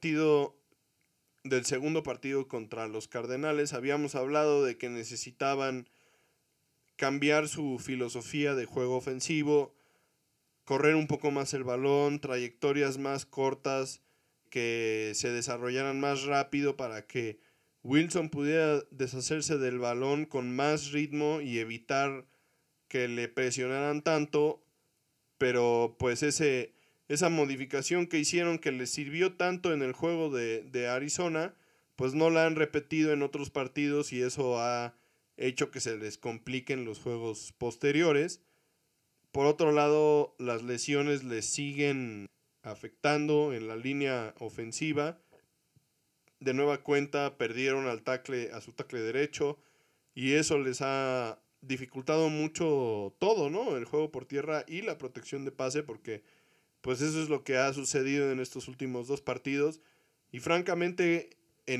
del segundo partido contra los Cardenales, habíamos hablado de que necesitaban cambiar su filosofía de juego ofensivo, correr un poco más el balón, trayectorias más cortas, que se desarrollaran más rápido para que Wilson pudiera deshacerse del balón con más ritmo y evitar que le presionaran tanto, pero pues esa modificación que hicieron que les sirvió tanto en el juego de Arizona, pues no la han repetido en otros partidos y eso ha hecho que se les compliquen los juegos posteriores. Por otro lado, las lesiones les siguen afectando en la línea ofensiva. De nueva cuenta perdieron a su tackle derecho y eso les ha dificultado mucho todo, ¿no? El juego por tierra y la protección de pase, porque pues eso es lo que ha sucedido en estos últimos dos partidos y francamente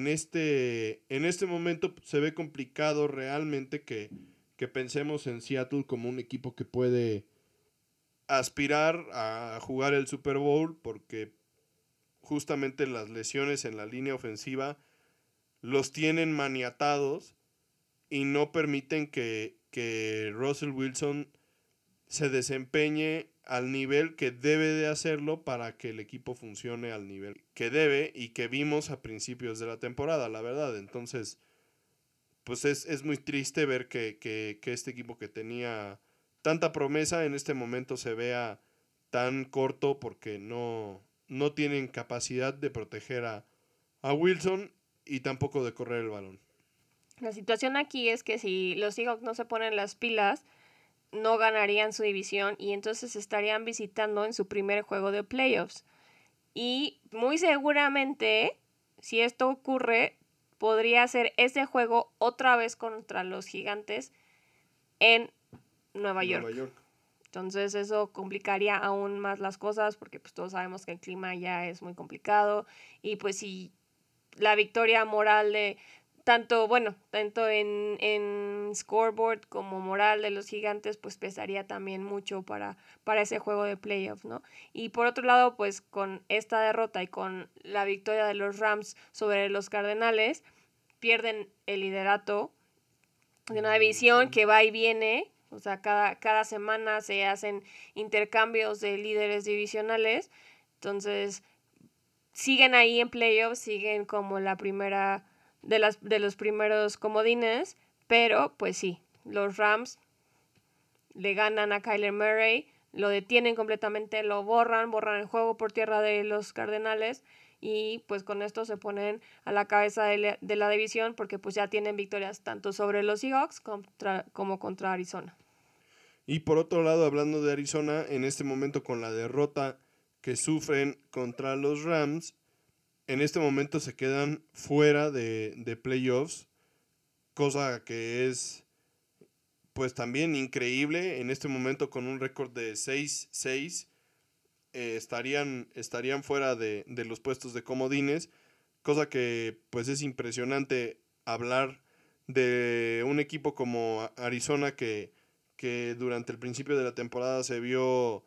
en este momento se ve complicado realmente que pensemos en Seattle como un equipo que puede aspirar a jugar el Super Bowl, porque justamente las lesiones en la línea ofensiva los tienen maniatados y no permiten que Russell Wilson se desempeñe al nivel que debe de hacerlo para que el equipo funcione al nivel que debe y que vimos a principios de la temporada, la verdad. Entonces, pues es muy triste ver que este equipo que tenía tanta promesa en este momento se vea tan corto porque no tienen capacidad de proteger a Wilson y tampoco de correr el balón.
La situación aquí es que si los Seahawks no se ponen las pilas, no ganarían su división y entonces estarían visitando en su primer juego de playoffs. Y muy seguramente, si esto ocurre, podría ser ese juego otra vez contra los Gigantes en Nueva York. Entonces eso complicaría aún más las cosas porque pues todos sabemos que el clima ya es muy complicado y pues si la victoria moral de tanto en scoreboard como moral de los Gigantes, pues pesaría también mucho para ese juego de playoff, ¿no? Y por otro lado, pues con esta derrota y con la victoria de los Rams sobre los Cardenales, pierden el liderato de una división que va y viene, o sea, cada semana se hacen intercambios de líderes divisionales, entonces siguen ahí en playoffs, siguen como la primera de los primeros comodines, pero pues sí, los Rams le ganan a Kyler Murray, lo detienen completamente, lo borran el juego por tierra de los Cardenales y pues con esto se ponen a la cabeza de la división porque pues ya tienen victorias tanto sobre los Seahawks como contra Arizona.
Y por otro lado, hablando de Arizona, en este momento con la derrota que sufren contra los Rams, en este momento se quedan fuera de playoffs, cosa que es pues también increíble. En este momento con un récord de 6-6 estarían fuera de los puestos de comodines, cosa que pues es impresionante hablar de un equipo como Arizona que durante el principio de la temporada se vio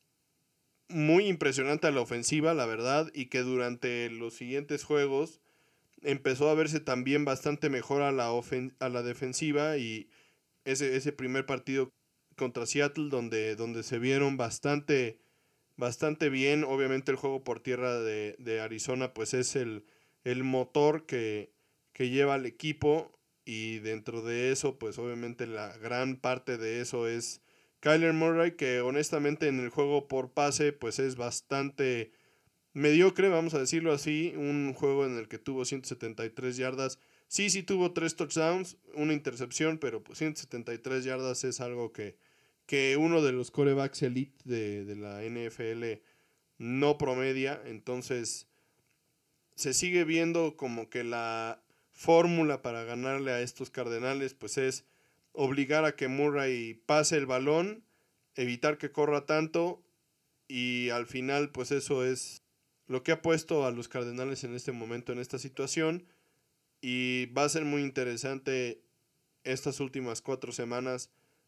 muy impresionante a la ofensiva, la verdad, y que durante los siguientes juegos empezó a verse también bastante mejor a la defensiva y ese primer partido contra Seattle, donde se vieron bastante bien. Obviamente el juego por tierra de Arizona pues es el motor que lleva al equipo, y dentro de eso pues obviamente la gran parte de eso es Kyler Murray, que honestamente en el juego por pase pues es bastante mediocre, vamos a decirlo así. Un juego en el que tuvo 173 yardas. Sí tuvo 3 touchdowns, una intercepción, pero pues 173 yardas es algo que uno de los quarterbacks elite de la NFL no promedia. Entonces se sigue viendo como que la fórmula para ganarle a estos Cardenales pues es obligar a que Murray pase el balón, evitar que corra tanto, y al final pues eso es lo que ha puesto a los Cardenales en este momento en esta situación. Y va a ser muy interesante estas últimas 4 semanas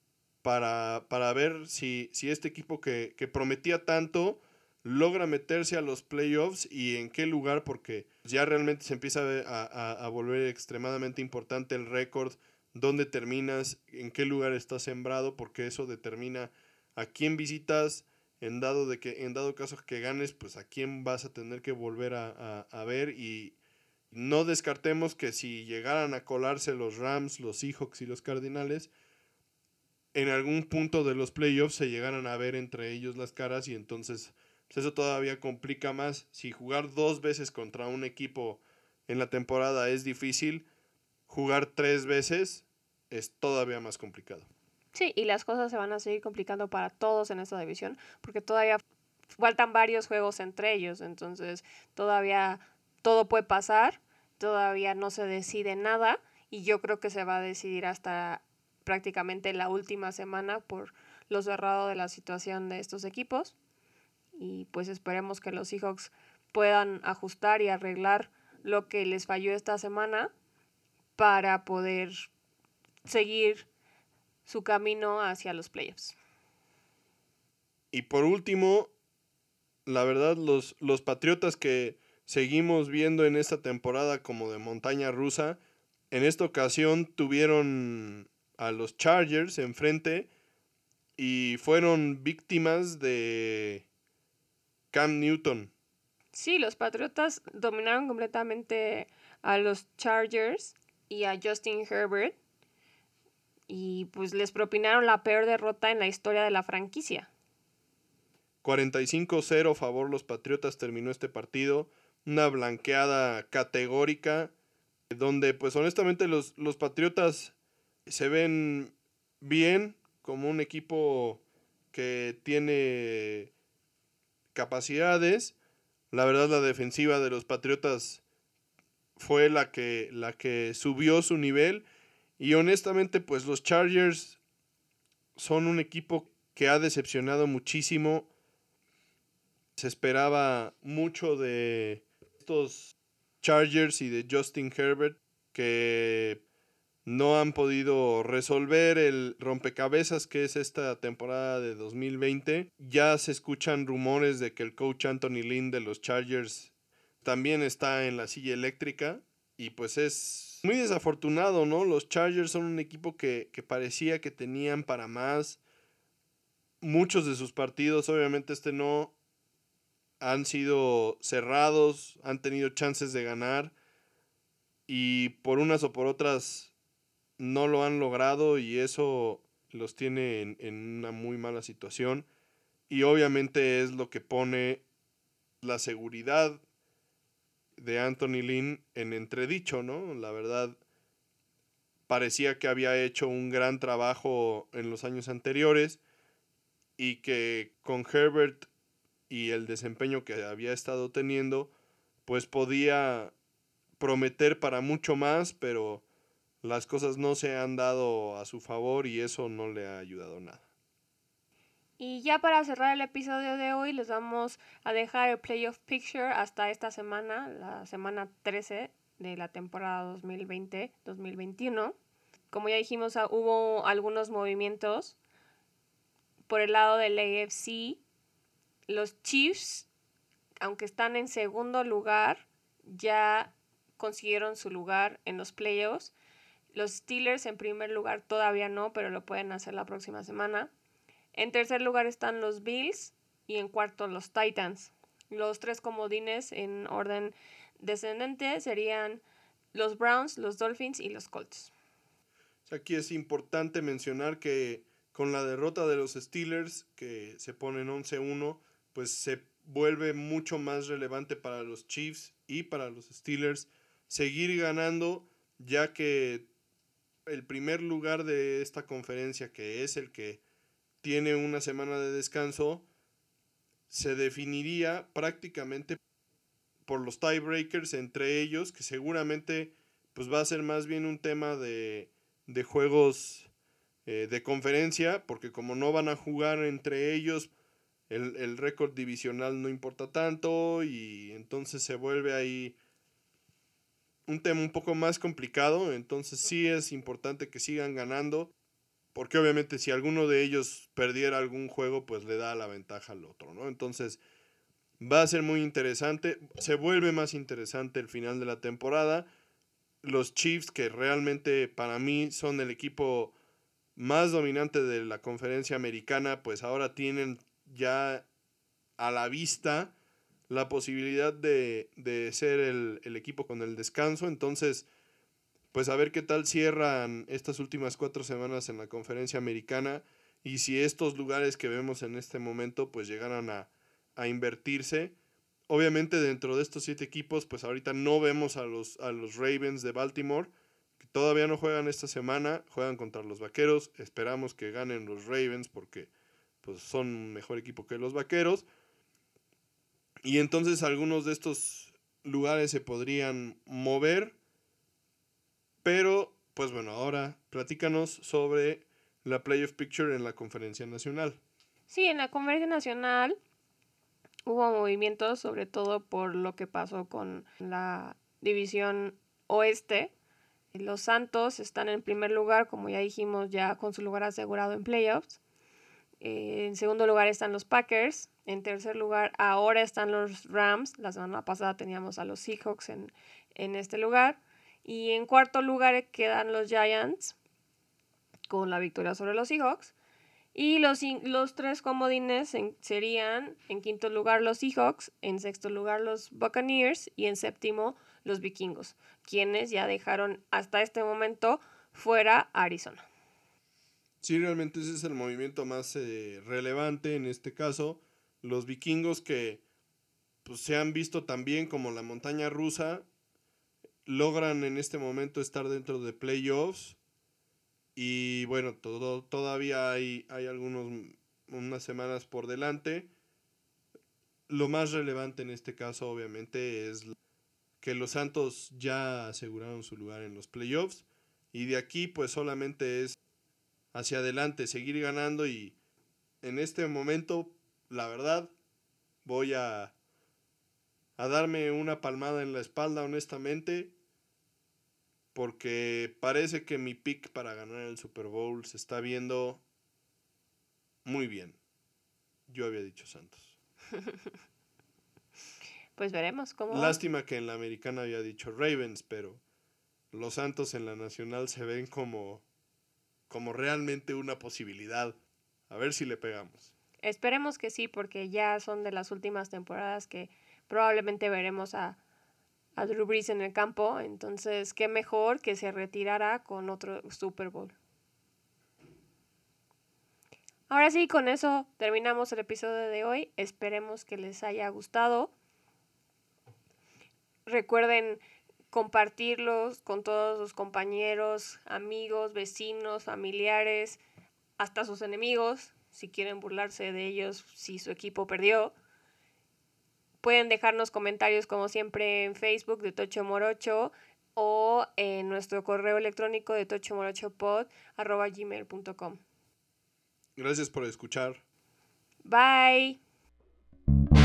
para ver si este equipo que prometía tanto logra meterse a los playoffs, y en qué lugar, porque ya realmente se empieza a volver extremadamente importante el récord, dónde terminas, en qué lugar estás sembrado, porque eso determina a quién visitas, en dado caso que ganes, pues a quién vas a tener que volver a ver. Y no descartemos que si llegaran a colarse los Rams, los Seahawks y los Cardinales, en algún punto de los playoffs se llegaran a ver entre ellos las caras, y entonces pues eso todavía complica más. Si jugar 2 veces contra un equipo en la temporada es difícil, jugar 3 veces es todavía más complicado.
Sí, y las cosas se van a seguir complicando para todos en esta división, porque todavía faltan varios juegos entre ellos, entonces todavía todo puede pasar, todavía no se decide nada, y yo creo que se va a decidir hasta prácticamente la última semana por lo cerrado de la situación de estos equipos. Y pues esperemos que los Seahawks puedan ajustar y arreglar lo que les falló esta semana para poder seguir su camino hacia los playoffs.
Y por último, la verdad, los Patriotas que seguimos viendo en esta temporada como de montaña rusa, en esta ocasión tuvieron a los Chargers enfrente y fueron víctimas de Cam Newton.
Sí, los Patriotas dominaron completamente a los Chargers y a Justin Herbert, y pues les propinaron la peor derrota en la historia de la franquicia.
45-0 favor los Patriotas terminó este partido. Una blanqueada categórica, donde pues honestamente los Patriotas se ven bien, como un equipo que tiene capacidades. La verdad, la defensiva de los Patriotas fue la que subió su nivel, y honestamente pues los Chargers son un equipo que ha decepcionado muchísimo. Se esperaba mucho de estos Chargers y de Justin Herbert, que no han podido resolver el rompecabezas que es esta temporada de 2020. Ya se escuchan rumores de que el coach Anthony Lynn de los Chargers también está en la silla eléctrica, y pues es muy desafortunado, ¿no? Los Chargers son un equipo que parecía que tenían para más. Muchos de sus partidos, obviamente no, han sido cerrados, han tenido chances de ganar, y por unas o por otras no lo han logrado, y eso los tiene en una muy mala situación, y obviamente es lo que pone la seguridad de Anthony Lynn en entredicho, ¿no? La verdad, parecía que había hecho un gran trabajo en los años anteriores, y que con Herbert y el desempeño que había estado teniendo, pues podía prometer para mucho más, pero las cosas no se han dado a su favor, y eso no le ha ayudado nada.
Y ya para cerrar el episodio de hoy, les vamos a dejar el Playoff Picture hasta esta semana, la semana 13 de la temporada 2020-2021. Como ya dijimos, hubo algunos movimientos. Por el lado del AFC, los Chiefs, aunque están en segundo lugar, ya consiguieron su lugar en los playoffs. Los Steelers en primer lugar todavía no, pero lo pueden hacer la próxima semana. En tercer lugar están los Bills y en cuarto los Titans. Los 3 comodines en orden descendente serían los Browns, los Dolphins y los Colts.
Aquí es importante mencionar que con la derrota de los Steelers, que se ponen 11-1, pues se vuelve mucho más relevante para los Chiefs y para los Steelers seguir ganando, ya que el primer lugar de esta conferencia, que es el que tiene una semana de descanso, se definiría prácticamente por los tiebreakers entre ellos, que seguramente pues va a ser más bien un tema de juegos de conferencia, porque como no van a jugar entre ellos, el récord divisional no importa tanto y entonces se vuelve ahí un tema un poco más complicado. Entonces sí es importante que sigan ganando, porque obviamente si alguno de ellos perdiera algún juego, pues le da la ventaja al otro, ¿no? Entonces va a ser muy interesante, se vuelve más interesante el final de la temporada. Los Chiefs, que realmente para mí son el equipo más dominante de la conferencia americana, pues ahora tienen ya a la vista la posibilidad de ser el equipo con el descanso. Entonces, pues a ver qué tal cierran estas últimas 4 semanas en la conferencia americana y si estos lugares que vemos en este momento pues llegaran a invertirse. Obviamente dentro de estos 7 equipos pues ahorita no vemos a los Ravens de Baltimore, que todavía no juegan esta semana, juegan contra los Vaqueros. Esperamos que ganen los Ravens porque pues son un mejor equipo que los Vaqueros. Y entonces algunos de estos lugares se podrían mover. Pero, pues bueno, ahora platícanos sobre la Playoff Picture en la Conferencia Nacional.
Sí, en la Conferencia Nacional hubo movimientos, sobre todo por lo que pasó con la división oeste. Los Santos están en primer lugar, como ya dijimos, ya con su lugar asegurado en playoffs. En segundo lugar están los Packers. En tercer lugar ahora están los Rams. La semana pasada teníamos a los Seahawks en este lugar. Y en cuarto lugar quedan los Giants con la victoria sobre los Seahawks. Y los 3 comodines serían en quinto lugar los Seahawks, en sexto lugar los Buccaneers y en séptimo los Vikingos, quienes ya dejaron hasta este momento fuera a Arizona.
Sí, realmente ese es el movimiento más relevante en este caso. Los Vikingos, que pues, se han visto también como la montaña rusa, logran en este momento estar dentro de playoffs. Y bueno, todavía hay unas semanas por delante. Lo más relevante en este caso obviamente es que los Santos ya aseguraron su lugar en los playoffs. Y de aquí pues solamente es hacia adelante, seguir ganando. Y en este momento, la verdad, voy a darme una palmada en la espalda, honestamente, porque parece que mi pick para ganar el Super Bowl se está viendo muy bien. Yo había dicho Santos.
Pues veremos cómo
Lástima que en la americana había dicho Ravens, pero los Santos en la nacional se ven como realmente una posibilidad. A ver si le pegamos.
Esperemos que sí, porque ya son de las últimas temporadas que probablemente veremos a Drew Brees en el campo. Entonces, qué mejor que se retirara con otro Super Bowl. Ahora sí, con eso terminamos el episodio de hoy. Esperemos que les haya gustado. Recuerden compartirlos con todos sus compañeros, amigos, vecinos, familiares, hasta sus enemigos, si quieren burlarse de ellos si su equipo perdió. Pueden dejarnos comentarios como siempre en Facebook de Tocho Morocho o en nuestro correo electrónico de tochomorochopod@gmail.com.
Gracias por escuchar.
Bye.